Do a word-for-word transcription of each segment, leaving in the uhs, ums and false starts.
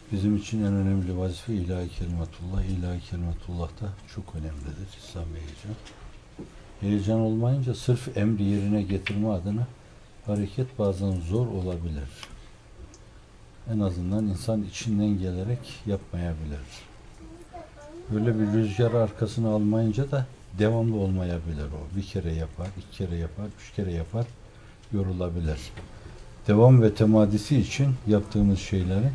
Bizim için en önemli vazife ilahi kelimetullah. İlahi kelimetullah da çok önemlidir. İslam heyecan. Heyecan olmayınca sırf emri yerine getirme adına hareket bazen zor olabilir. En azından insan içinden gelerek yapmayabilir. Böyle bir rüzgar arkasına almayınca da devamlı olmayabilir o. Bir kere yapar, iki kere yapar, üç kere yapar, yorulabilir. Devam ve temadisi için yaptığımız şeyleri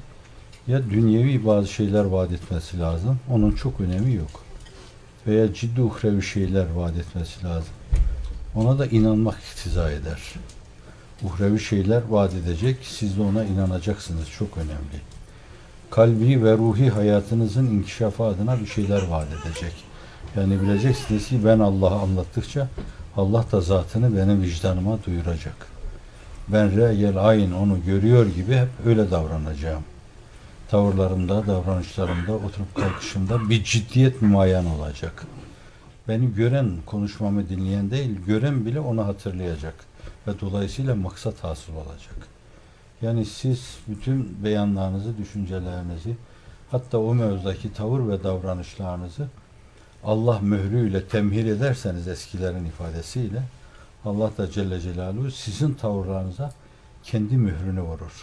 ya dünyevi bazı şeyler vaat etmesi lazım. Onun çok önemi yok. Veya ciddi uhrevi şeyler vaat etmesi lazım. Ona da inanmak iktiza eder. Uhrevi şeyler vaat edecek. Siz de ona inanacaksınız. Çok önemli. Kalbi ve ruhi hayatınızın inkişafı adına bir şeyler vaat edecek. Yani bileceksiniz ki ben Allah'ı anlattıkça Allah da zatını benim vicdanıma duyuracak. Ben re'yel ayn onu görüyor gibi hep öyle davranacağım. Tavırlarımda, davranışlarımda, oturup kalkışımda bir ciddiyet mümayan olacak. Beni gören, konuşmamı dinleyen değil, gören bile onu hatırlayacak. Ve dolayısıyla maksat hasıl olacak. Yani siz bütün beyanlarınızı, düşüncelerinizi, hatta o mevzudaki tavır ve davranışlarınızı Allah mührüyle temhir ederseniz eskilerin ifadesiyle, Allah da Celle Celaluhu sizin tavırlarınıza kendi mührünü vurur.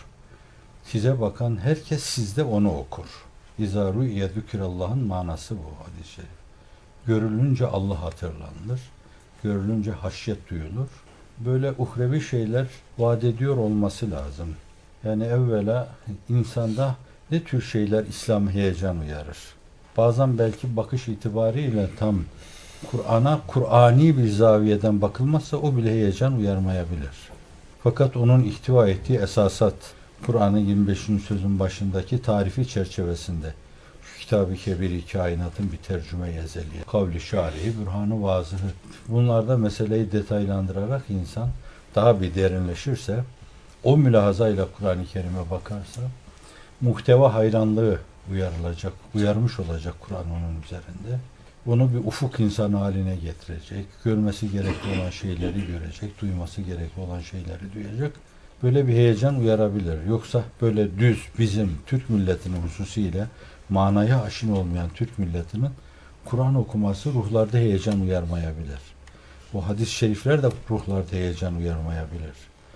Size bakan herkes sizde onu okur. İzâ rü'ye zükirallah'ın manası bu hadis-i şerif. Görülünce Allah hatırlanır. Görülünce haşyet duyulur. Böyle uhrevi şeyler vaat ediyor olması lazım. Yani evvela insanda ne tür şeyler İslam heyecan uyarır? Bazen belki bakış itibariyle tam Kur'an'a Kur'ani bir zaviyeden bakılmazsa o bile heyecan uyarmayabilir. Fakat onun ihtiva ettiği esasat, Kur'an'ın yirmi beşinci sözün başındaki tarifi çerçevesinde şu Kitab-ı Kebir-i Kainat'ın bir tercüme ezeliye, kavli şari'i, bürhanı vazıhı. Bunlarda meseleyi detaylandırarak insan daha bir derinleşirse, o mülahazayla Kur'an-ı Kerim'e bakarsa, muhteva hayranlığı uyarılacak, uyarmış olacak Kur'an onun üzerinde. Bunu bir ufuk insanı haline getirecek, görmesi gerekli olan şeyleri görecek, duyması gerekli olan şeyleri duyacak. Böyle bir heyecan uyarabilir. Yoksa böyle düz bizim Türk milletinin hususiyle manaya aşina olmayan Türk milletinin Kur'an okuması ruhlarda heyecan uyarmayabilir. Bu hadis-i şerifler de ruhlarda heyecan uyarmayabilir.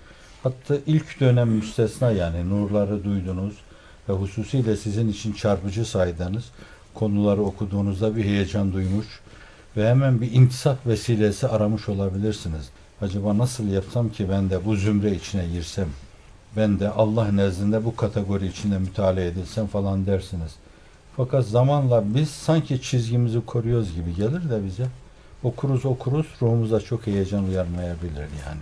Hatta ilk dönem müstesna, yani nurları duydunuz ve hususiyle sizin için çarpıcı saydığınız konuları okuduğunuzda bir heyecan duymuş ve hemen bir intisap vesilesi aramış olabilirsiniz. Acaba nasıl yapsam ki ben de bu zümre içine girsem, ben de Allah nezdinde bu kategori içinde mütalaa edilsem falan dersiniz. Fakat zamanla biz sanki çizgimizi koruyoruz gibi gelir de bize. Okuruz okuruz, ruhumuza çok heyecan uyarmayabilir yani.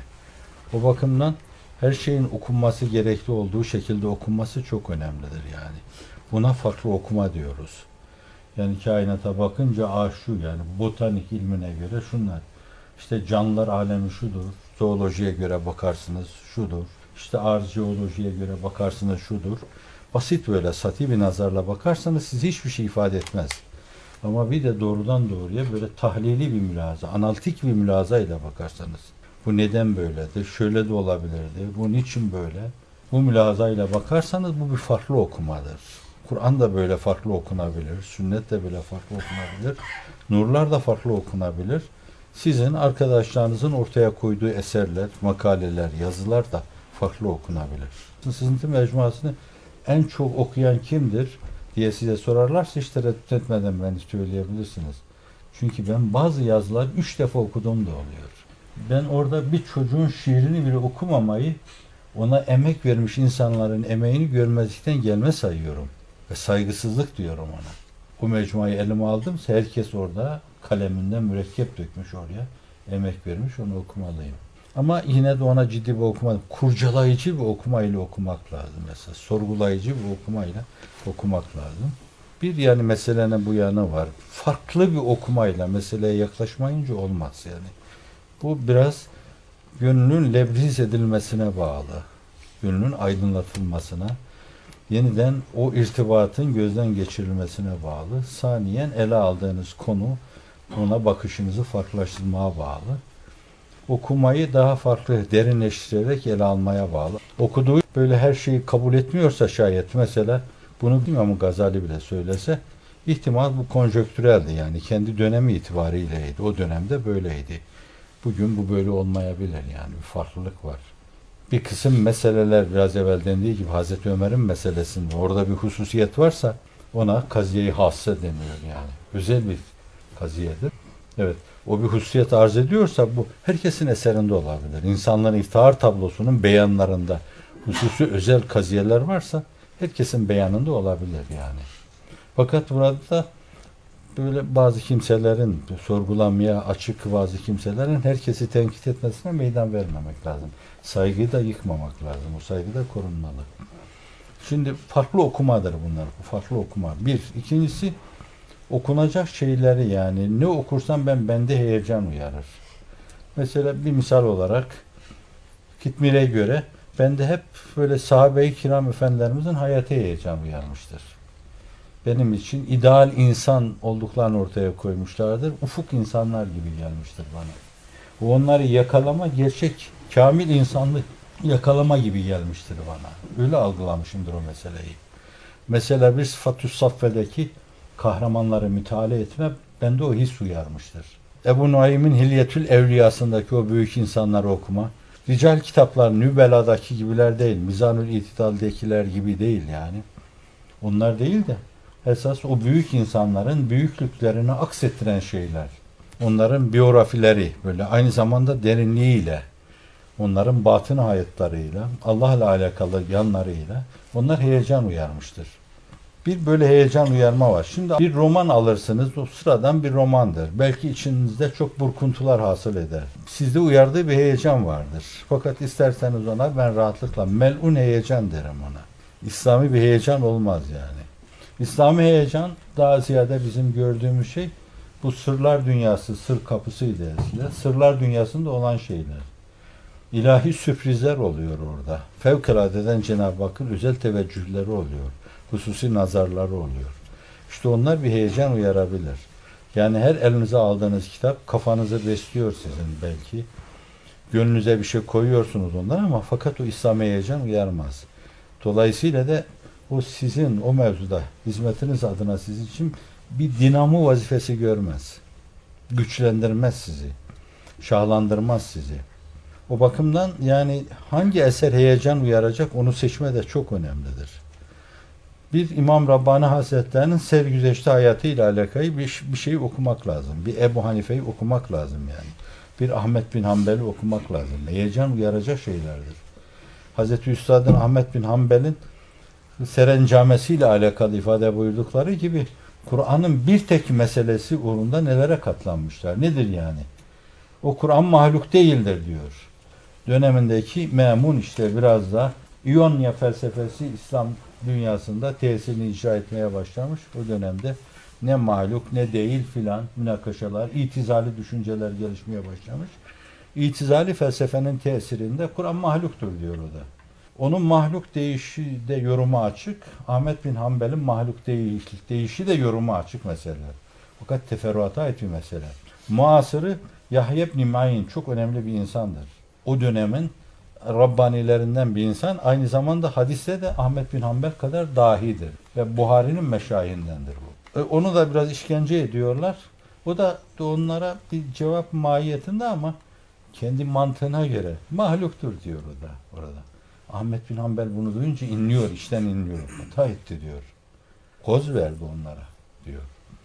O bakımdan her şeyin okunması gerekli olduğu şekilde okunması çok önemlidir yani. Buna farklı okuma diyoruz. Yani kainata bakınca ah şu, yani botanik ilmine göre şunlar. İşte canlılar alemi şudur. Zoolojiye göre bakarsınız şudur. İşte arjeolojiye göre bakarsınız şudur. Basit böyle sati bir nazarla bakarsanız size hiçbir şey ifade etmez. Ama bir de doğrudan doğruya böyle tahlili bir mülahaza, analitik bir mülahaza ile bakarsanız, bu neden böyledir, şöyle de olabilirdi, bu niçin böyle, bu mülahaza ile bakarsanız bu bir farklı okumadır. Kur'an da böyle farklı okunabilir, sünnet de böyle farklı okunabilir, nurlar da farklı okunabilir. Sizin arkadaşlarınızın ortaya koyduğu eserler, makaleler, yazılar da farklı okunabilir. Sızıntı mecmuasını en çok okuyan kimdir diye size sorarlarsa hiç tereddüt etmeden beni söyleyebilirsiniz. Çünkü ben bazı yazılar üç defa okuduğum da oluyor. Ben orada bir çocuğun şiirini bile okumamayı, ona emek vermiş insanların emeğini görmezlikten gelme sayıyorum. Ve saygısızlık diyorum ona. Bu mecmuayı elime aldımsa herkes orada kaleminden mürekkep dökmüş oraya. Emek vermiş, onu okumalıyım. Ama yine de ona ciddi bir okuma, kurcalayıcı bir okumayla okumak lazım mesela. Sorgulayıcı bir okumayla okumak lazım. Bir yani meselenin bu yanı var. Farklı bir okumayla meseleye yaklaşmayınca olmaz yani. Bu biraz gönlün lebriz edilmesine bağlı. Gönlün aydınlatılmasına, yeniden o irtibatın gözden geçirilmesine bağlı. Saniyen ele aldığınız konu, ona bakışınızı farklılaştırmaya bağlı. Okumayı daha farklı derinleştirerek ele almaya bağlı. Okuduğu böyle her şeyi kabul etmiyorsa şayet, mesela Bunu İmam Gazali bile söylese ihtimal bu konjonktüreldi, yani kendi dönemi itibariyleydi. O dönemde böyleydi. Bugün bu böyle olmayabilir, yani bir farklılık var. Bir kısım meseleler biraz evvel dendiği gibi Hazreti Ömer'in meselesinde orada bir hususiyet varsa ona kaziye-i hasse deniyor yani. Özel bir kaziyedir. Evet. O bir hususiyet arz ediyorsa bu herkesin eserinde olabilir. İnsanların iftihar tablosunun beyanlarında hususi özel kaziyeler varsa herkesin beyanında olabilir yani. Fakat burada böyle bazı kimselerin, sorgulanmaya açık bazı kimselerin herkesi tenkit etmesine meydan vermemek lazım. Saygıyı da yıkmamak lazım. O saygı da korunmalı. Şimdi farklı okumadır bunlar. Bu farklı okuma. Bir. İkincisi okunacak şeyleri, yani ne okursam ben bende heyecan uyarır. Mesela bir misal olarak Kitmir'e göre bende hep böyle sahabe-i kiram efendilerimizin hayatı heyecan uyarmıştır. Benim için ideal insan olduklarını ortaya koymuşlardır. Ufuk insanlar gibi gelmiştir bana. Onları yakalama, gerçek kamil insanlık yakalama gibi gelmiştir bana. Öyle algılamışımdır o meseleyi. Mesela bir Sıfatü Saffe'deki kahramanları müteala etme bende o his uyarmıştır. Ebu Nuaym'in Hilyetül Evliyasındaki o büyük insanları okuma, rical kitaplar Nübela'daki gibiler değil, Mizanül İtidal'dekiler gibi değil yani. Onlar değil de esas o büyük insanların büyüklüklerini aksettiren şeyler. Onların biyografileri böyle aynı zamanda derinliğiyle, onların batın hayatlarıyla, Allah'la alakalı yanlarıyla onlar heyecan uyarmıştır. Bir böyle heyecan uyarma var. Şimdi bir roman alırsınız, o sıradan bir romandır. Belki içinizde çok burkuntular hasıl eder. Sizde uyardığı bir heyecan vardır. Fakat isterseniz ona ben rahatlıkla melun heyecan derim ona. İslami bir heyecan olmaz yani. İslami heyecan daha ziyade bizim gördüğümüz şey bu sırlar dünyası, sır kapısıydı eskiden. Sırlar dünyasında olan şeyler. İlahi sürprizler oluyor orada. Fevkaladeden Cenab-ı Hakk'ın özel teveccühleri oluyor. Hususi nazarları oluyor. İşte onlar bir heyecan uyarabilir. Yani her elinize aldığınız kitap kafanızı besliyor sizin belki. Gönlünüze bir şey koyuyorsunuz ondan ama fakat o İslam heyecan uyarmaz. Dolayısıyla da o sizin o mevzuda hizmetiniz adına sizin için bir dinamo vazifesi görmez. Güçlendirmez sizi. Şahlandırmaz sizi. O bakımdan yani hangi eser heyecan uyaracak onu seçme de çok önemlidir. Bir İmam Rabbani Hazretleri'nin sergüzeşte hayatıyla alakalı bir, bir şeyi okumak lazım. Bir Ebu Hanife'yi okumak lazım yani. Bir Ahmet bin Hanbel'i okumak lazım. Heyecan uyaracak şeylerdir. Hazreti Üstad'ın Ahmet bin Hanbel'in serencamesiyle alakalı ifade buyurdukları gibi Kur'an'ın bir tek meselesi uğrunda nelere katlanmışlar. Nedir yani? O Kur'an mahluk değildir diyor. Dönemindeki Memun işte biraz da İonya felsefesi İslam dünyasında tesirini icra etmeye başlamış. O dönemde ne mahluk ne değil filan münakaşalar, itizali düşünceler gelişmeye başlamış. İtizali felsefenin tesirinde Kur'an mahluktur diyor o da. Onun mahluk değişi de yoruma açık. Ahmet bin Hanbel'in mahluk değiş, değişi de yoruma açık meseleler. Fakat teferruata ait bir mesele. Muasırı Yahya ibn Ma'in çok önemli bir insandır. O dönemin Rabbanilerinden bir insan. Aynı zamanda hadiste de Ahmet bin Hanbel kadar dahidir. Ve Buhari'nin meşayihindendir bu. Onu da biraz işkence ediyorlar. O da onlara bir cevap mahiyetinde ama kendi mantığına göre mahluktur diyor o da orada. Ahmet bin Hanbel bunu duyunca inliyor, içten inliyor. Hata etti diyor. Koz verdi onlara diyor.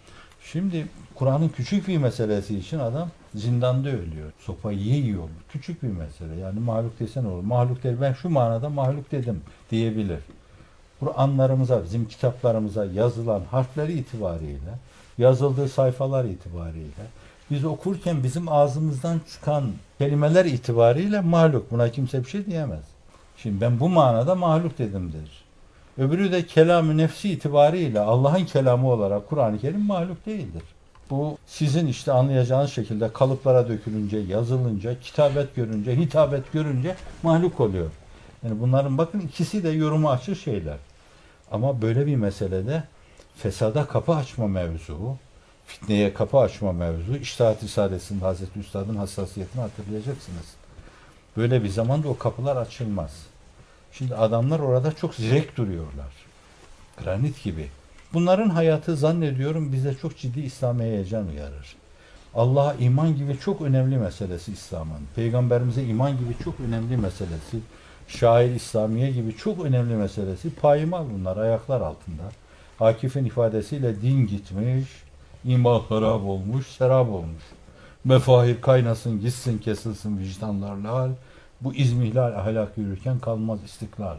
Şimdi Kur'an'ın küçük bir meselesi için adam zindanda ölüyor. Sopayı yiyor. Küçük bir mesele. Yani mahluk desen olur. Mahluk değil. Ben şu manada mahluk dedim diyebilir. Kur'anlarımıza, bizim kitaplarımıza yazılan harfleri itibariyle, yazıldığı sayfalar itibariyle, biz okurken bizim ağzımızdan çıkan kelimeler itibariyle mahluk. Buna kimse bir şey diyemez. Şimdi ben bu manada mahluk dedim der. Öbürü de kelam-ı nefsi itibariyle Allah'ın kelamı olarak Kur'an-ı Kerim mahluk değildir. Bu sizin işte anlayacağınız şekilde kalıplara dökülünce, yazılınca, kitabet görünce, hitabet görünce mahluk oluyor. Yani bunların bakın ikisi de yoruma açık şeyler. Ama böyle bir meselede fesada kapı açma mevzu, fitneye kapı açma mevzu, İçtihat Risalesi'nde Hazreti Üstad'ın hassasiyetini hatırlayacaksınız. Böyle bir zamanda o kapılar açılmaz. Şimdi adamlar orada çok zirek duruyorlar. granit gibi. Bunların hayatı zannediyorum bize çok ciddi İslam'a heyecan uyarır. Allah'a iman gibi çok önemli meselesi İslam'ın. Peygamberimize iman gibi çok önemli meselesi. Şair İslamiye gibi çok önemli meselesi. Payimal bunlar ayaklar altında. Akif'in ifadesiyle din gitmiş, iman harap olmuş, serap olmuş. Mefahir kaynasın, gitsin, kesilsin vicdanlarla hal. Bu izmihlal ahlak yürürken kalmaz istiklal.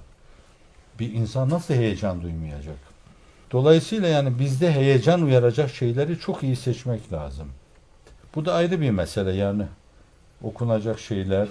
Bir insan nasıl heyecan duymayacak? Dolayısıyla yani bizde heyecan uyaracak şeyleri çok iyi seçmek lazım. Bu da ayrı bir mesele yani. Okunacak şeyler,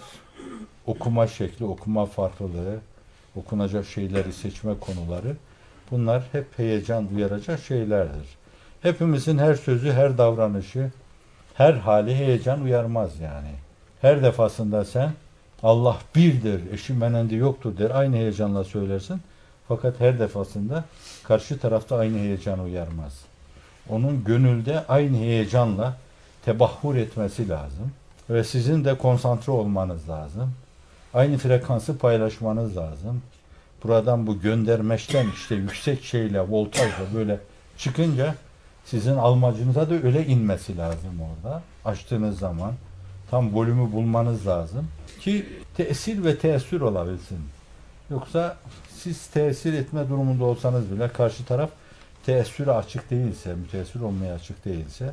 okuma şekli, okuma farklılığı, okunacak şeyleri seçme konuları, bunlar hep heyecan uyaracak şeylerdir. Hepimizin her sözü, her davranışı, her hali heyecan uyarmaz yani. Her defasında sen Allah birdir, eşi menendi yoktur der, aynı heyecanla söylersin. Fakat her defasında karşı tarafta aynı heyecan uyarmaz. Onun gönülde aynı heyecanla tebahhur etmesi lazım. Ve sizin de konsantre olmanız lazım. Aynı frekansı paylaşmanız lazım. Buradan bu göndermeçten işte yüksek şeyle, voltajla böyle çıkınca sizin almacınıza da öyle inmesi lazım orada. Açtığınız zaman tam volümü bulmanız lazım ki tesir ve teessür olabilsin. Yoksa siz tesir etme durumunda olsanız bile karşı taraf teessüre açık değilse, müteessir olmaya açık değilse,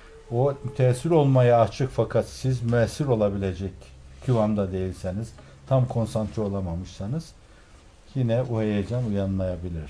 o müteessir olmaya açık fakat siz müessir olabilecek kıvamda değilseniz, tam konsantre olamamışsanız yine o heyecan uyanmayabilir.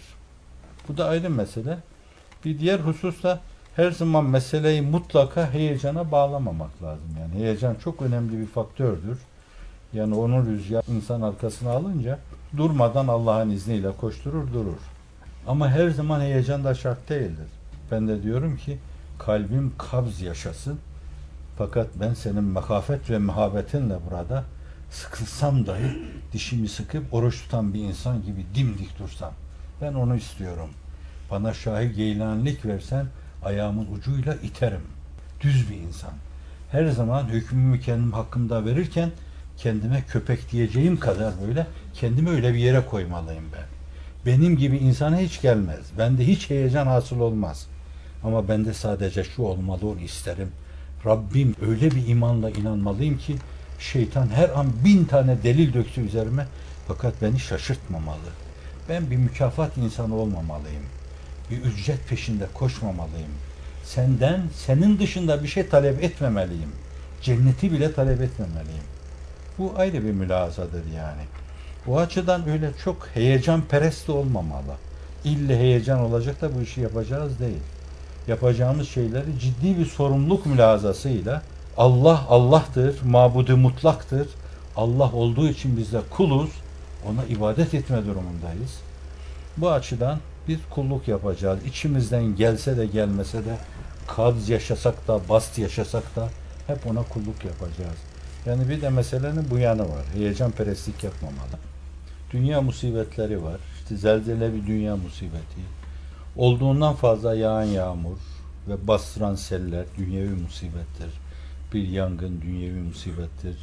Bu da ayrı mesele. Bir diğer husus da her zaman meseleyi mutlaka heyecana bağlamamak lazım. Yani heyecan çok önemli bir faktördür. Yani onun rüzgar insan arkasına alınca durmadan Allah'ın izniyle koşturur durur. Ama her zaman heyecan da şart değildir. Ben de diyorum ki kalbim kabz yaşasın. Fakat ben senin mekafet ve mehabetinle burada sıkılsam dahi dişimi sıkıp oruç tutan bir insan gibi dimdik dursam. Ben onu istiyorum. Bana Şah-ı Geylanilik versen ayağımın ucuyla iterim. Düz bir insan. Her zaman hükmümü kendim hakkımda verirken kendime köpek diyeceğim kadar böyle kendimi öyle bir yere koymalıyım ben. Benim gibi insana hiç gelmez. Bende hiç heyecan hasıl olmaz. Ama bende sadece şu olmalı, onu isterim. Rabbim öyle bir imanla inanmalıyım ki şeytan her an bin tane delil döksün üzerime fakat beni şaşırtmamalı. Ben bir mükafat insanı olmamalıyım. Bir ücret peşinde koşmamalıyım. Senden, senin dışında bir şey talep etmemeliyim. Cenneti bile talep etmemeliyim. Bu ayrı bir mülahazadır yani. O açıdan öyle çok heyecanperest de olmamalı. İlle heyecan olacak da bu işi yapacağız değil. Yapacağımız şeyleri ciddi bir sorumluluk mülahazasıyla Allah Allah'tır, mabudu mutlaktır. Allah olduğu için biz de kuluz. Ona ibadet etme durumundayız. Bu açıdan biz kulluk yapacağız. İçimizden gelse de gelmese de kadz yaşasak da, bast yaşasak da hep ona kulluk yapacağız. Yani bir de meselenin bu yanı var. Heyecanperestlik yapmamalı. Dünya musibetleri var. İşte zelzele bir dünya musibeti. Olduğundan fazla yağan yağmur ve bastıran seller dünyevi musibettir. Bir yangın dünyevi musibettir.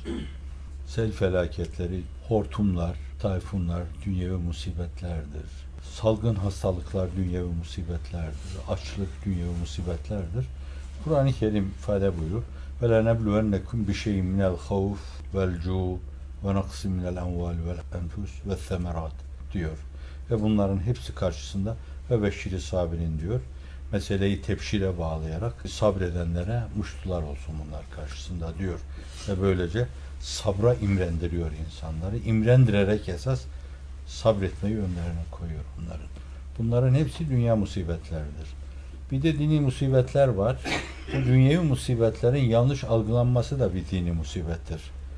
Sel felaketleri, hortumlar, tayfunlar dünyevi musibetlerdir. Salgın hastalıklar dünyevi musibetlerdir. Açlık dünyevi musibetlerdir. Kur'an-ı Kerim ifade buyuruyor. وَلَنَبْلُوَنَّكُمْ بِشَيْءٍ مِنَ الْخَوْفِ وَالْجُوعِ وَنَقْصٍ مِنَ الْاَمْوَالِ وَالْاَنْفُسِ وَالثَّمَرَاتِ diyor. Ve bunların hepsi karşısında ve beşiri sabirin diyor. Meseleyi tebşire bağlayarak sabredenlere muştular olsun bunlar karşısında diyor. Ve böylece sabra imrendiriyor insanları. İmrendirerek esas sabretmeyi önlerine koyuyor bunların. Bunların hepsi dünya musibetleridir. Bir de dini musibetler var. Bu dünyevi musibetlerin yanlış algılanması da bir dini musibettir.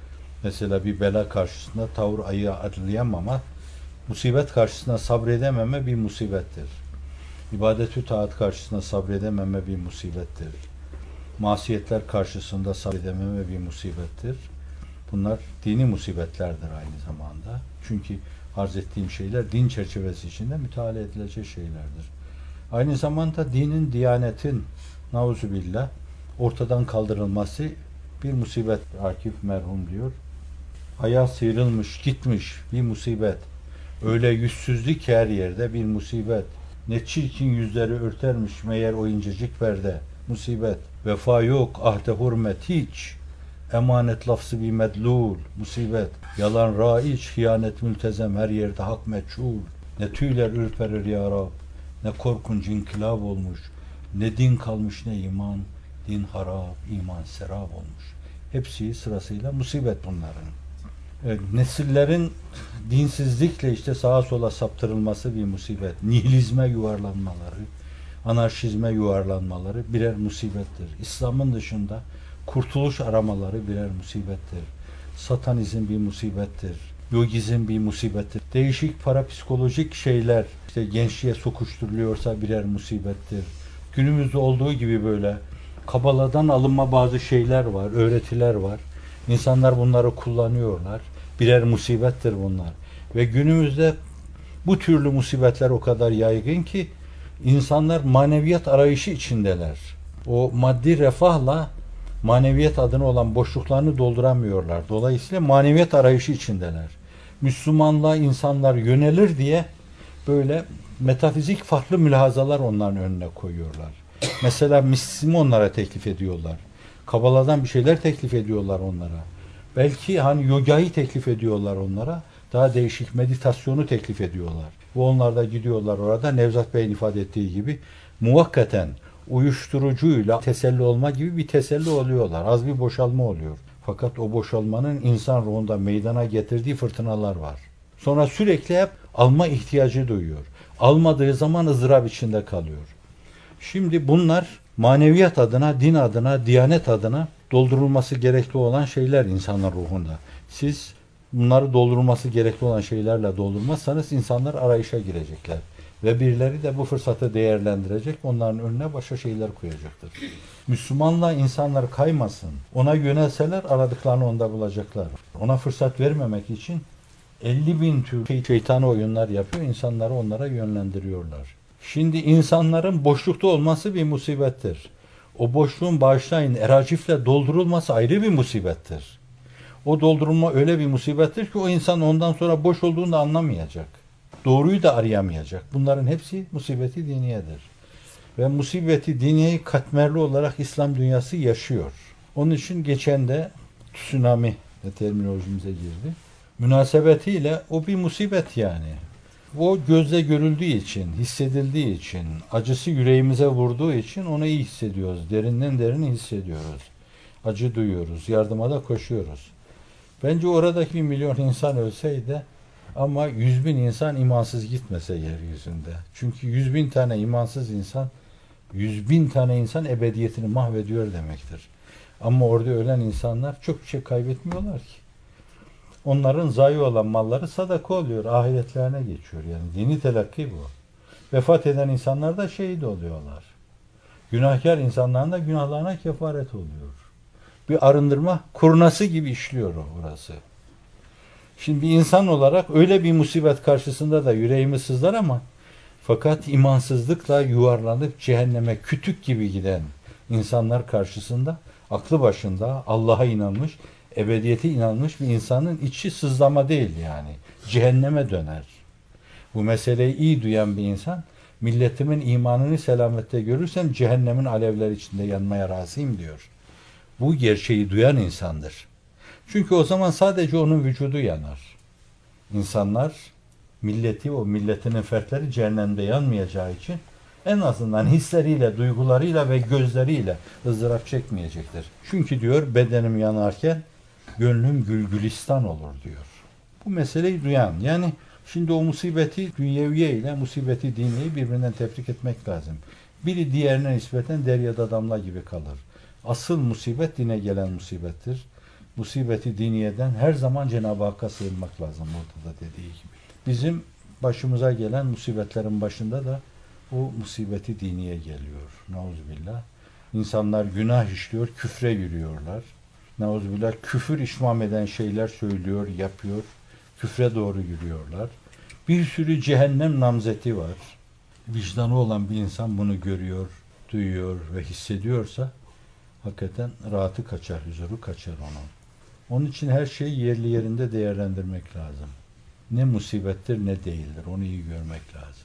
Mesela bir bela karşısında tavır ayı adlayamama, musibet karşısında sabredememe bir musibettir. İbadet-ü taat karşısında sabredememe bir musibettir. Masiyetler karşısında sabredememe bir musibettir. Bunlar dini musibetlerdir aynı zamanda. Çünkü arz ettiğim şeyler din çerçevesi içinde müteala edilecek şeylerdir. Aynı zamanda dinin, diyanetin nauzubillah ortadan kaldırılması bir musibet. Akif merhum diyor. Ayağı sıyrılmış, gitmiş bir musibet. Öyle yüzsüzlük her yerde bir musibet. Ne çirkin yüzleri örtermiş meğer o incecik perde. Musibet. Vefa yok, ahde hürmet hiç. Emanet lafzı bir medlul. Musibet. Yalan raiç, hıyanet mültezem, her yerde hak meçhul. Ne tüyler ürperir ya Rab, ne korkunç inkılap olmuş. Ne din kalmış ne iman. Din harap, iman serap olmuş. Hepsi sırasıyla musibet bunların. Evet, nesillerin dinsizlikle işte sağa sola saptırılması bir musibet. Nihilizme yuvarlanmaları, anarşizme yuvarlanmaları birer musibettir. İslam'ın dışında kurtuluş aramaları birer musibettir. Satanizm bir musibettir. Yogizm bir musibettir. Değişik parapsikolojik şeyler işte gençliğe sokuşturuluyorsa birer musibettir. Günümüzde olduğu gibi böyle Kabala'dan alınma bazı şeyler var, öğretiler var. İnsanlar bunları kullanıyorlar. Birer musibettir bunlar. Ve günümüzde bu türlü musibetler o kadar yaygın ki insanlar maneviyat arayışı içindeler. O maddi refahla maneviyat adına olan boşluklarını dolduramıyorlar. Dolayısıyla maneviyat arayışı içindeler. Müslümanlığa insanlar yönelir diye böyle metafizik farklı mülahazalar onların önüne koyuyorlar. Mesela mistisimi onlara teklif ediyorlar. Kabala'dan bir şeyler teklif ediyorlar onlara. Belki hani yogayı teklif ediyorlar onlara. Daha değişik meditasyonu teklif ediyorlar. Ve onlar da gidiyorlar orada Nevzat Bey'in ifade ettiği gibi muvakkaten uyuşturucuyla teselli olma gibi bir teselli oluyorlar. Az bir boşalma oluyor. Fakat o boşalmanın insan ruhunda meydana getirdiği fırtınalar var. Sonra sürekli hep alma ihtiyacı duyuyor. Almadığı zaman ızdırap içinde kalıyor. Şimdi bunlar maneviyat adına, din adına, diyanet adına doldurulması gerekli olan şeyler insanın ruhunda. Siz bunları doldurulması gerekli olan şeylerle doldurmazsanız insanlar arayışa girecekler. Ve birileri de bu fırsatı değerlendirecek, onların önüne başka şeyler koyacaktır. Müslümanla insanlar kaymasın, ona yönelseler aradıklarını onda bulacaklar. Ona fırsat vermemek için elli bin tür şeytani oyunlar yapıyor, insanları onlara yönlendiriyorlar. Şimdi insanların boşlukta olması bir musibettir. O boşluğun bağışlayın eracifle doldurulması ayrı bir musibettir. O doldurulma öyle bir musibettir ki o insan ondan sonra boş olduğunu da anlamayacak. Doğruyu da arayamayacak. Bunların hepsi musibeti diniyedir. Ve musibeti diniyeyi katmerli olarak İslam dünyası yaşıyor. Onun için geçen de tsunami terminolojimize girdi. Münasebetiyle o bir musibet yani. O gözle görüldüğü için, hissedildiği için, acısı yüreğimize vurduğu için onu iyi hissediyoruz. Derinden derine hissediyoruz. Acı duyuyoruz, yardıma da koşuyoruz. Bence oradaki bir milyon insan ölseydi ama yüz bin insan imansız gitmese yeryüzünde. Çünkü yüz bin tane imansız insan, yüz bin tane insan ebediyetini mahvediyor demektir. Ama orada ölen insanlar çok bir şey kaybetmiyorlar ki. Onların zayi olan malları sadaka oluyor, ahiretlerine geçiyor. Yani dini telakki bu. Vefat eden insanlar da şehit oluyorlar. Günahkar insanların da günahlarına kefaret oluyor. Bir arındırma kurnası gibi işliyor orası. Şimdi bir insan olarak öyle bir musibet karşısında da yüreğimiz sızlar ama fakat imansızlıkla yuvarlanıp cehenneme kütük gibi giden insanlar karşısında aklı başında Allah'a inanmış, ebediyete inanmış bir insanın içi sızlama değil yani. Cehenneme döner. Bu meseleyi iyi duyan bir insan, milletimin imanını selamette görürsem cehennemin alevleri içinde yanmaya razıyım diyor. Bu gerçeği duyan insandır. Çünkü o zaman sadece onun vücudu yanar. İnsanlar, milleti, o milletinin fertleri cehennemde yanmayacağı için en azından hisleriyle, duygularıyla ve gözleriyle ızdırap çekmeyecektir. Çünkü diyor bedenim yanarken gönlüm gülgülistan olur diyor. Bu meseleyi duyan, yani şimdi o musibeti dünyeviye ile musibeti diniyi birbirinden tefrik etmek lazım. Biri diğerine nispeten deryada damla gibi kalır. Asıl musibet dine gelen musibettir. Musibeti diniyeden her zaman Cenab-ı Hakk'a sığınmak lazım orada da dediği gibi. Bizim başımıza gelen musibetlerin başında da o musibeti diniye geliyor. Nauzubillah. İnsanlar günah işliyor, küfre yürüyorlar. Nauzubillah küfür işmam eden şeyler söylüyor, yapıyor. Küfre doğru yürüyorlar. Bir sürü cehennem namzeti var. Vicdanı olan bir insan bunu görüyor, duyuyor ve hissediyorsa hakikaten rahatı kaçar, huzuru kaçar onun. Onun için her şeyi yerli yerinde değerlendirmek lazım. Ne musibettir ne değildir. Onu iyi görmek lazım.